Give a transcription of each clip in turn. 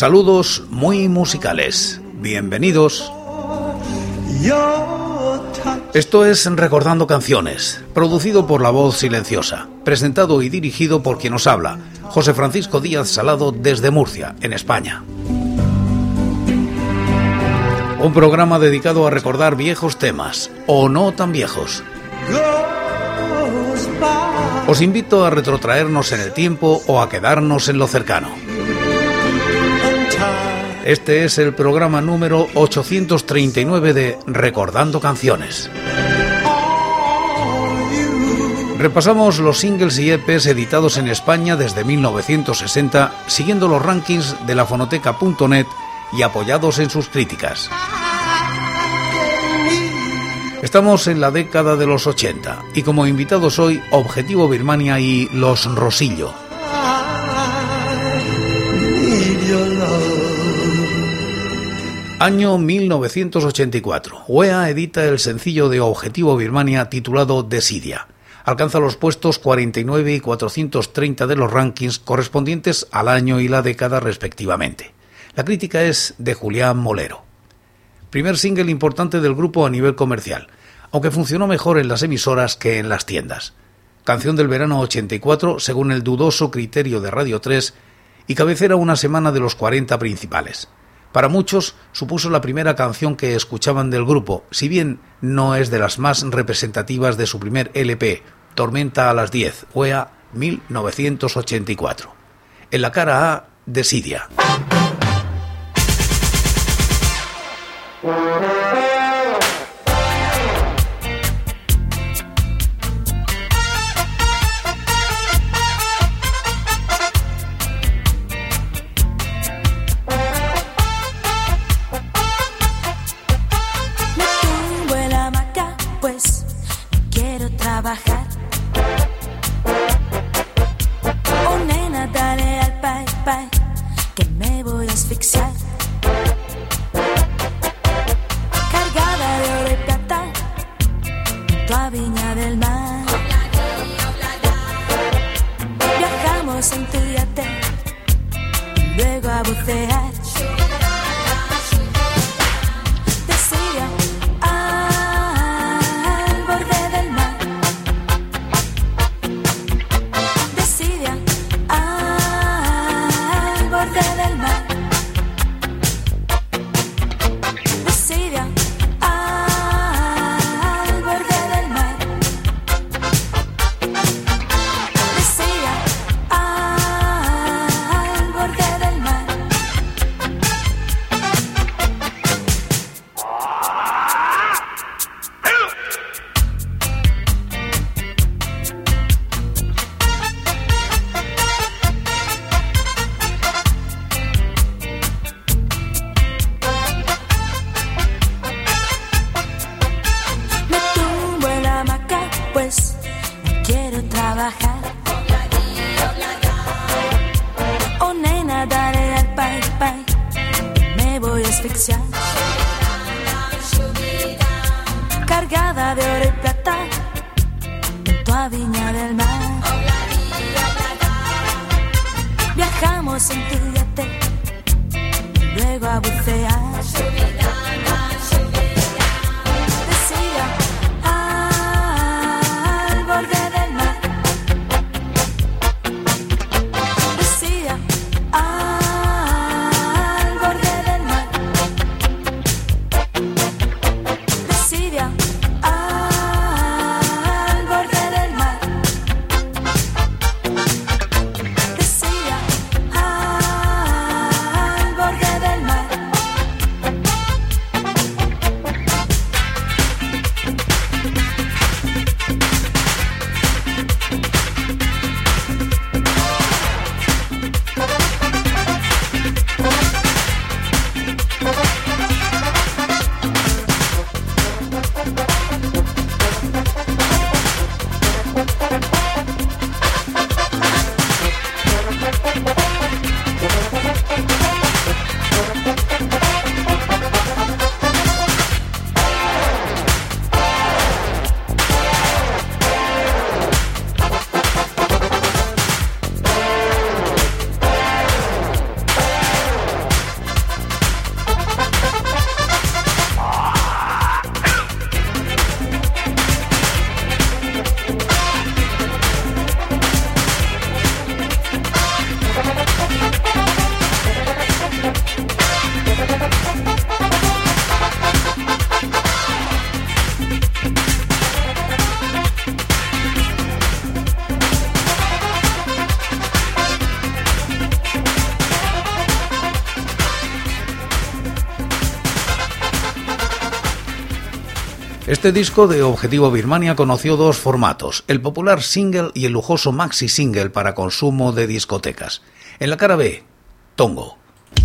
Saludos muy musicales. Bienvenidos. Esto es Recordando Canciones, producido por La Voz Silenciosa, presentado y dirigido por quien os habla, José Francisco Díaz Salado, desde Murcia, en España. Un programa dedicado a recordar viejos temas, o no tan viejos. Os invito a retrotraernos en el tiempo o a quedarnos en lo cercano. Este es el programa número 839 de Recordando Canciones. Repasamos los singles y EPs editados en España desde 1960, siguiendo los rankings de la fonoteca.net y apoyados en sus críticas. Estamos en la década de los 80 y como invitados hoy Objetivo Birmania y Los Rosillo. Año 1984. Wea edita el sencillo de Objetivo Birmania titulado Desidia. Alcanza los puestos 49 y 430 de los rankings correspondientes al año y la década respectivamente. La crítica es de Julián Molero. Primer single importante del grupo a nivel comercial, aunque funcionó mejor en las emisoras que en las tiendas. Canción del verano 84 según el dudoso criterio de Radio 3 y cabecera una semana de los 40 principales. Para muchos supuso la primera canción que escuchaban del grupo, si bien no es de las más representativas de su primer LP, Tormenta a las 10, Wea 1984. En la cara A, Desidia. Cargada de oro y plata, junto a Viña del Mar. Viajamos en tu yate, luego a bucear. Decía al borde del mar. Decía al borde del mar. Decía al borde del mar. Decía al borde del mar. Este disco de Objetivo Birmania conoció dos formatos, el popular single y el lujoso maxi single para consumo de discotecas. En la cara B, Tongo.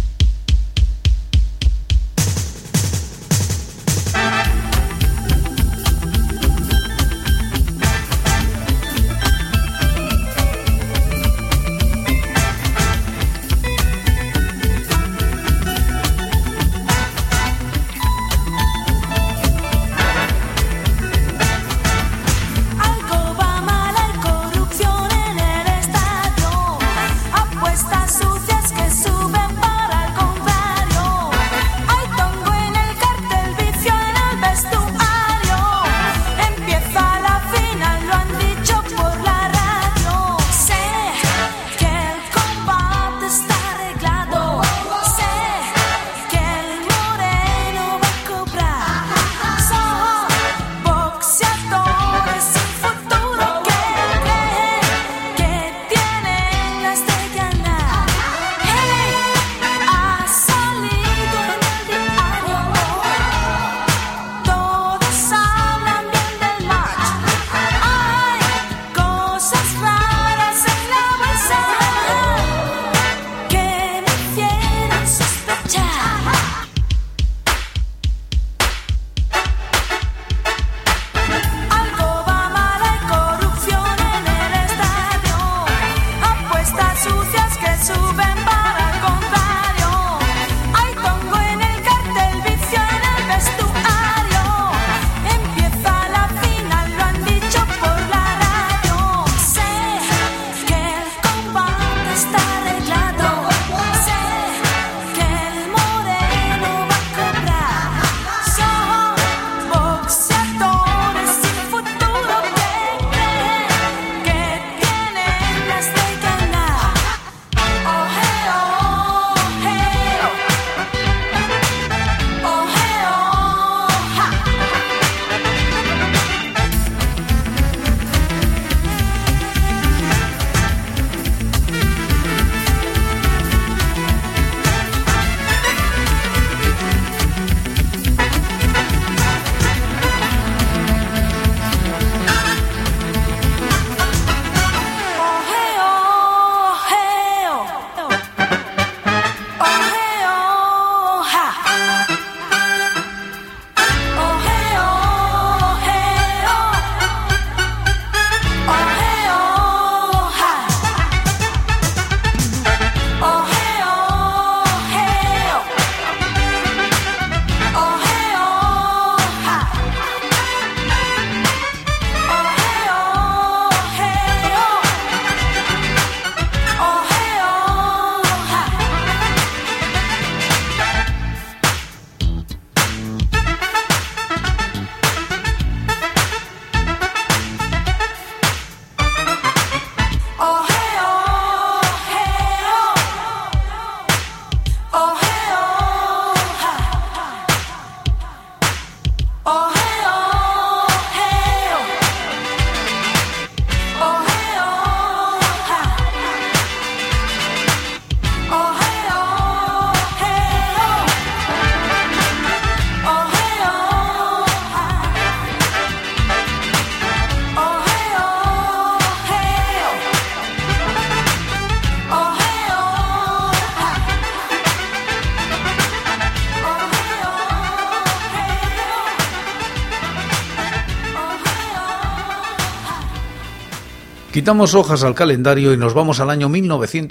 Quitamos hojas al calendario y nos vamos al año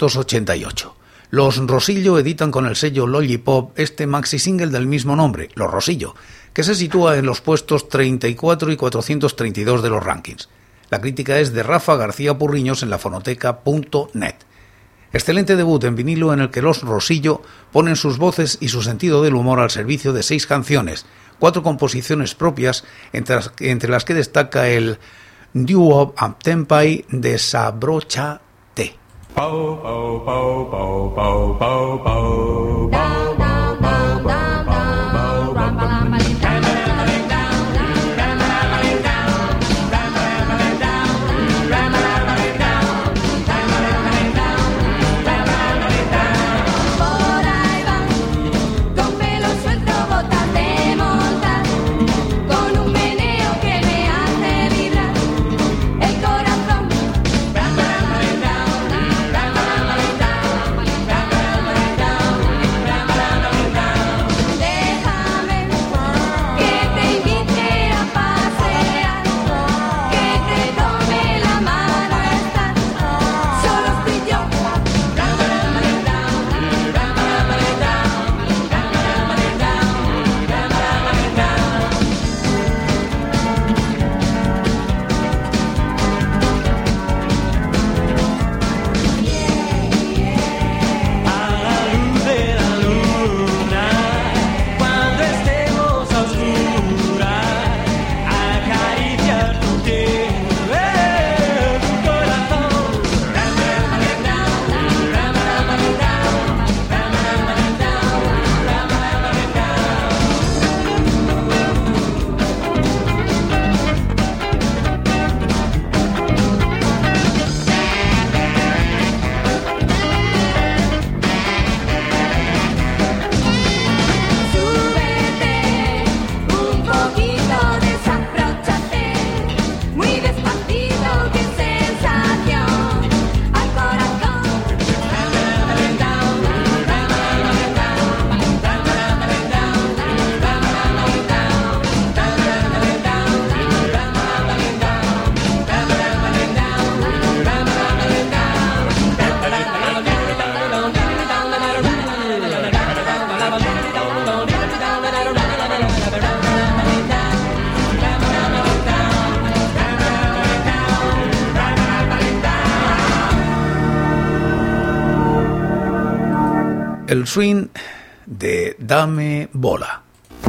1988. Los Rosillo editan con el sello Lollipop este maxi single del mismo nombre, Los Rosillo, que se sitúa en los puestos 34 y 432 de los rankings. La crítica es de Rafa García Purriños en lafonoteca.net. Excelente debut en vinilo en el que los Rosillo ponen sus voces y su sentido del humor al servicio de 6 canciones, 4 composiciones propias, entre las que destaca el Doo-Wop Up-Tempai de Sabrocha T. Pau, pau, pau, pau, pau, pau, pau. Down, down, down, down, down, rumba-lamba-ling. Con pelo suelto, botas de montar, con un meneo el swing de Dame Bola.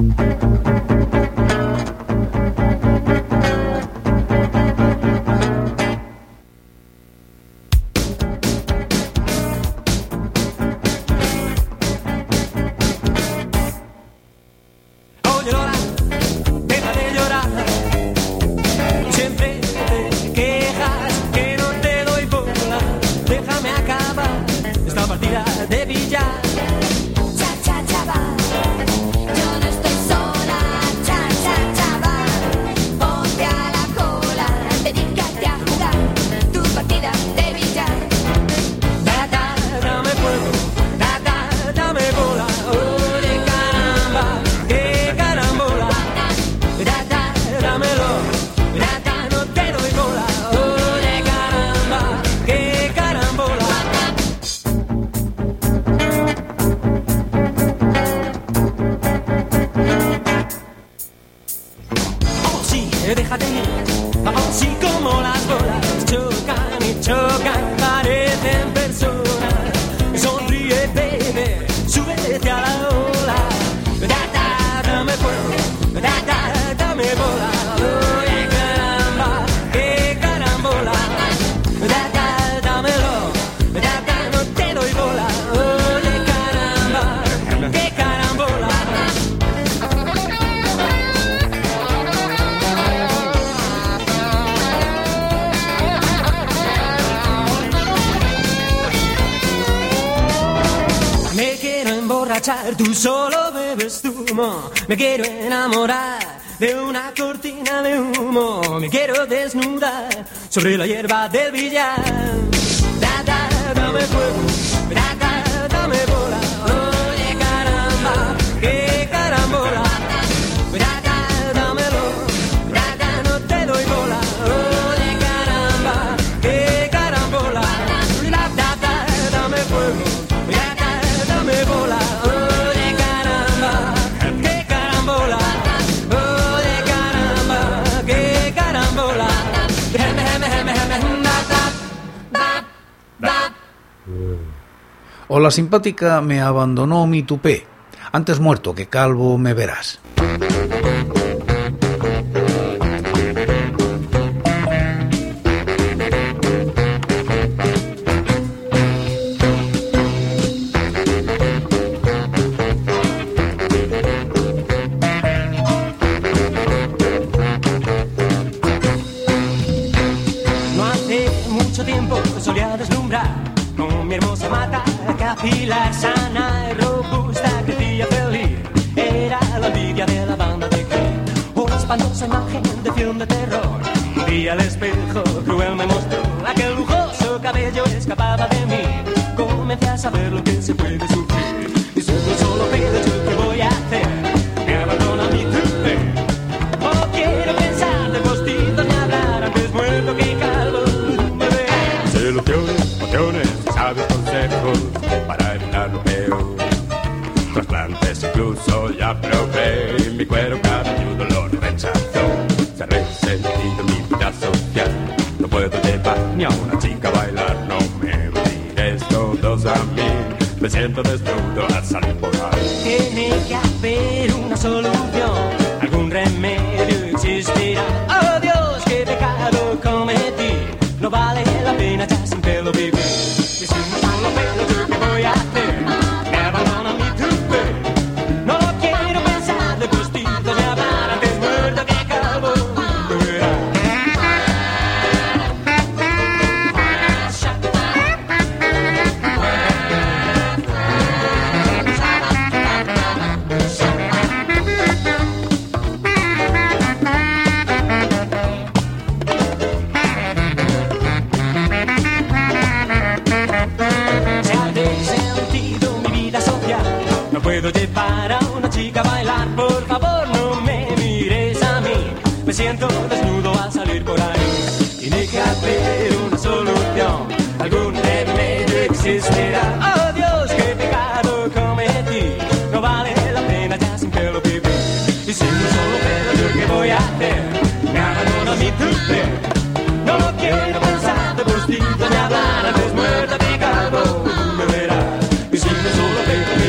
Tú solo bebes zumo, me quiero enamorar de una cortina de humo, me quiero desnudar sobre la hierba del billar. Dame fuego, dame bola, oye caramba, qué carambola. Dámelo, no te doy bola, oye caramba, qué carambola. Dame fuego, dame bola. O la simpática me abandonó mi tupé, antes muerto que calvo me verás. No hace mucho tiempo solía deslumbrar con mi hermosa mata capilar, sana y robusta, crecía feliz. Era la envidia de la banda de Queen. Una espantosa imagen de film de terror. Un día al espejo cruel me mostró aquel lujoso cabello escapaba de mí. Comencé a saber lo que se puede sufrir. Y solo pedo yo qué voy a hacer. Me abandona mi tupé. Oh, quiero pensar de postitos ni hablar antes muerto que calvo. Me verás. Soluciones, pociones, sabios consejos para evitar lo peor. Trasplantes incluso ya probé. Mi cuero cabelludo lo rechazó. Se ha resentido mi vida social. No puedo llevar ni a una chica a bailar. No me mires todos a mí. Me siento desnudo al salir por ahí. Tiene que haber una solución. Algún remedio existirá. Oh Dios, qué pecado cometí. No vale la pena ya sin pelo vivir. Y si no solo pelo, ¿yo qué voy a hacer? Me abandona mi tupé. No quiero pensar de postitos ni hablar antes muerto que calvo. Se ha resentido mi vida social. No puedo llevar a una chica a bailar. Por favor, no me mires a mí. Me siento desnudo al salir por ahí. Tiene que haber una solución. Algún remedio existirá. Oh Dios, qué pecado cometí. No vale la pena ya sin pelo vivir. Y si no solo pelo, ¿yo qué voy a hacer? Me abandona mi tupé. No quiero pensar de postitos ni hablar antes muerta que calvo. Me verás. Y si no solo pelo,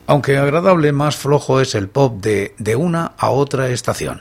Aunque agradable, más flojo es el pop de una a otra estación.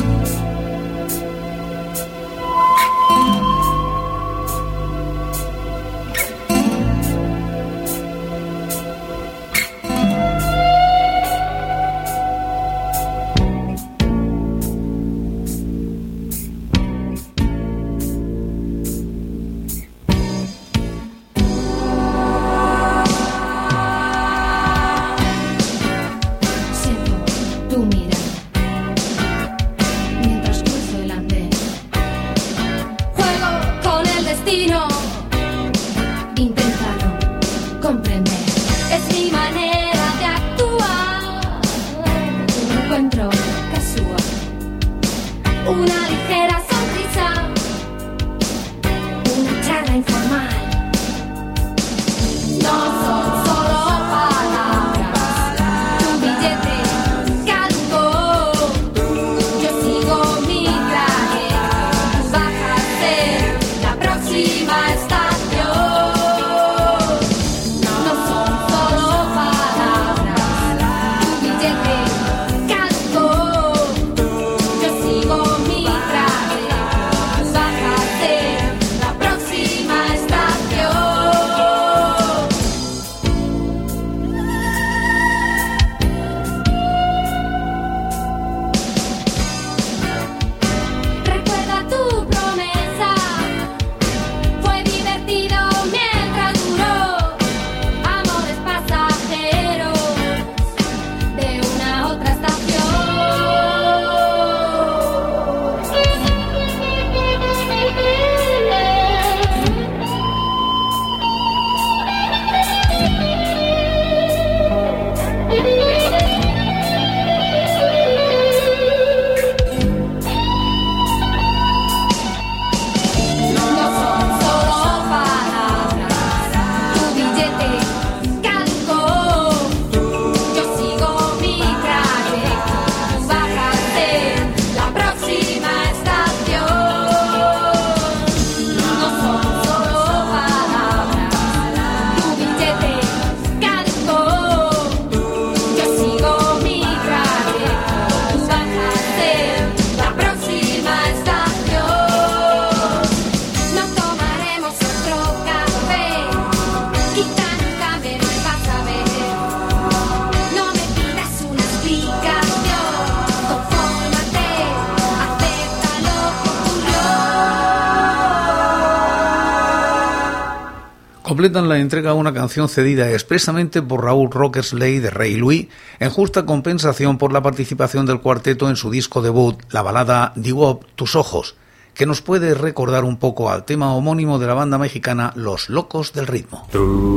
Completan la entrega una canción cedida expresamente por Raúl Rockersley de Ray Louis, en justa compensación por la participación del cuarteto en su disco debut, la balada Diwop, Tus Ojos, que nos puede recordar un poco al tema homónimo de la banda mexicana Los Locos del Ritmo.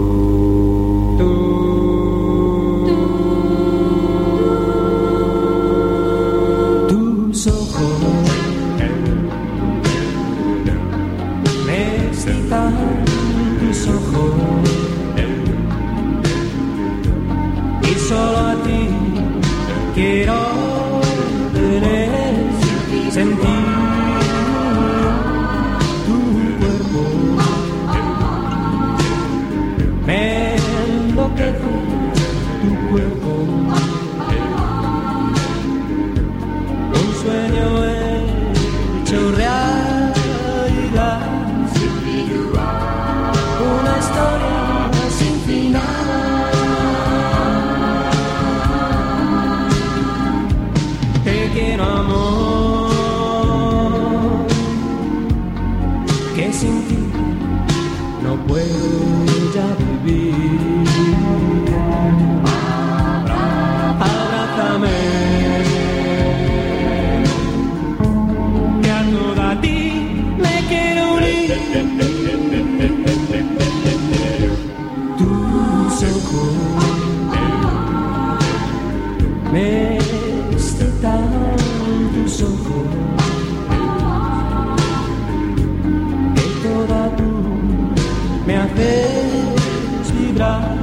Tus ojos me excitan. Tus ojos y solo a ti quiero tener sentir tu cuerpo, me enloquece tu cuerpo, un sueño hecho realidad. Una historia sin final. Te quiero, amor, que sin ti no puedo ya vivir. Abrázame, que a toda ti me quiero unir. Tus ojos me excitan, tus ojos que toda tú me haces vibrar.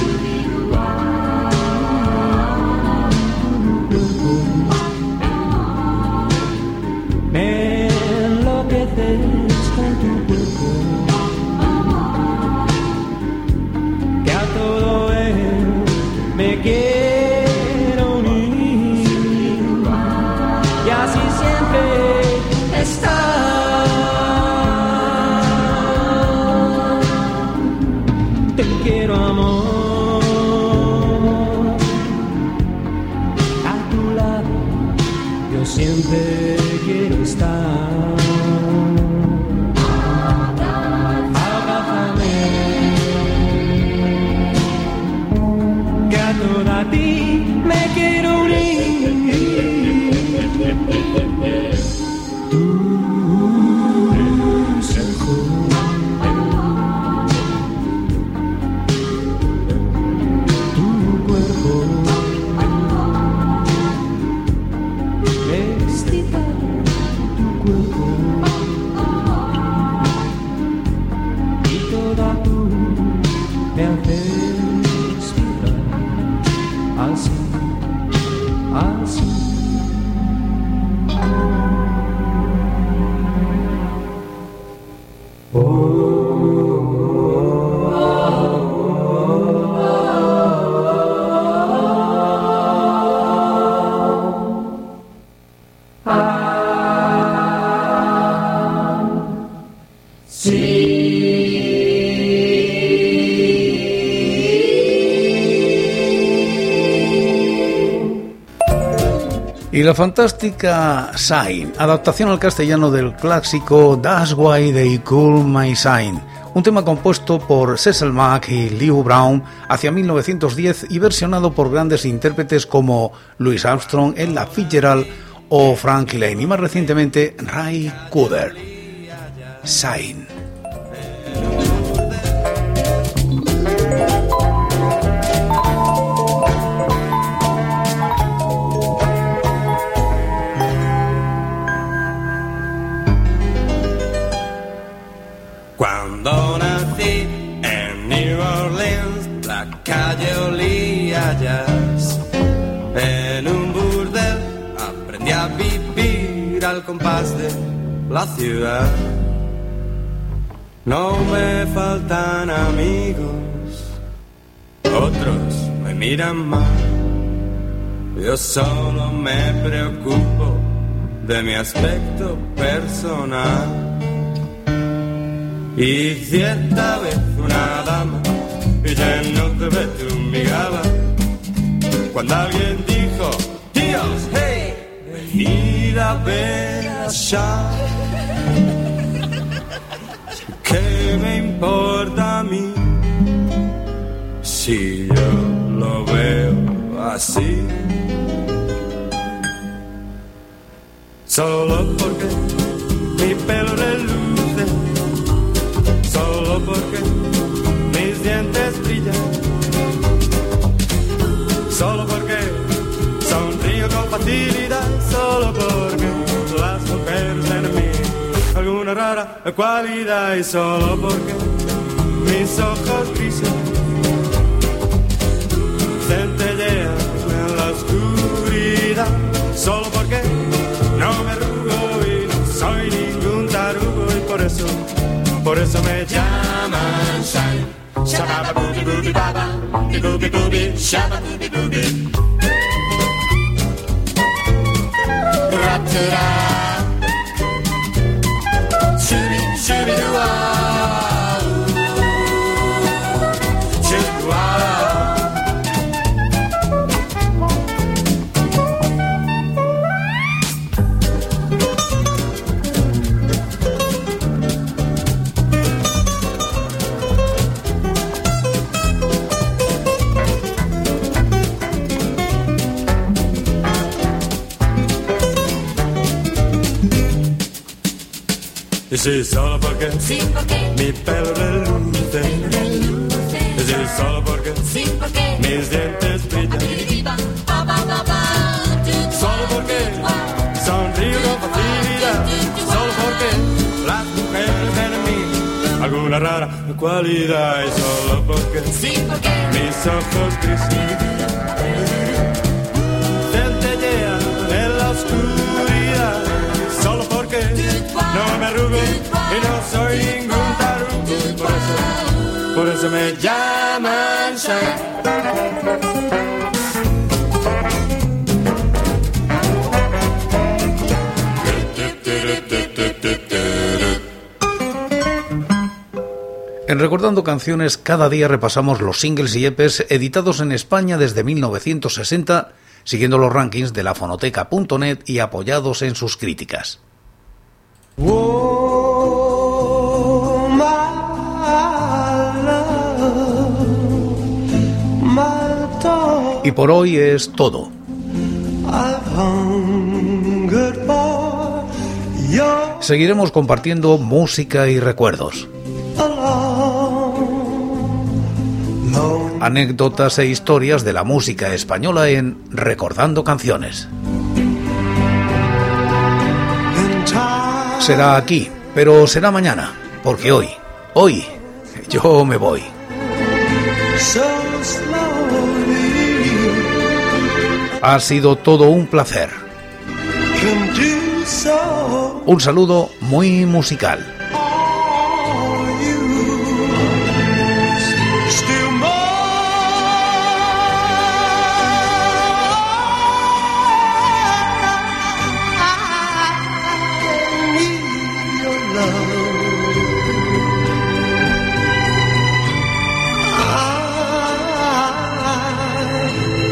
Me enloqueces con tu cuerpo, que a todo él me quiere. quiero amor. A tu lado yo siempre quiero estar. Abrázame, que a toda ti me quiero unir. Y la fantástica Sign, adaptación al castellano del clásico That's Why They Call My Sign, un tema compuesto por Cecil Mack y Lew Brown hacia 1910 y versionado por grandes intérpretes como Louis Armstrong, Ella Fitzgerald o Frankie Lane, y más recientemente Ray Cooder. Sign. Cuando nací en New Orleans, la calle olía a jazz. En un burdel aprendí a vivir al compás de la ciudad. No me faltan amigos, otros me miran mal. Yo solo me preocupo de mi aspecto personal. Y cierta vez una dama, ella no te ve tu mirada. Cuando alguien dijo, tíos, hey, venid a ver a Shah. ¿Qué me importa a mí si yo lo veo así? Solo porque mi pelo reluce, solo porque mis dientes brillan, solo porque sonrío con facilidad, solo porque las mujeres tienen mí alguna rara cualidad, y solo porque mis ojos grises centellean en la oscuridad, solo porque no me arrugo y no soy ningún tarugo, y por eso me llaman Shine. Shabba booby booby baba, booby booby, shabba booby booby. Ra-ta-da, shooby shooby doo-ah, shoo-ah. Y sí, solo porque, Sí, porque mi pelo reluce. Y sí, solo porque, sí, porque mis dientes brillan. Solo porque sonrío con facilidad. Solo porque las mujeres tienen en mí alguna rara cualidad. Y solo porque, sí, porque mis ojos grises centellean en la oscuridad. Solo porque no me arrugo y no soy ningún tarugo, y por eso me llaman Shine. En Recordando Canciones, cada día repasamos los singles y EPs editados en España desde 1960, siguiendo los rankings de la fonoteca.net y apoyados en sus críticas. Oh, my love, my dog. Y por hoy es todo. Seguiremos compartiendo música y recuerdos, anécdotas e historias de la música española en Recordando Canciones. Será aquí, pero será mañana, porque hoy, yo me voy. Ha sido todo un placer. Un saludo muy musical.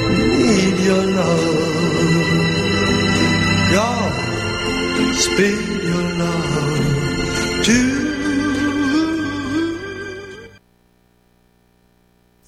Speak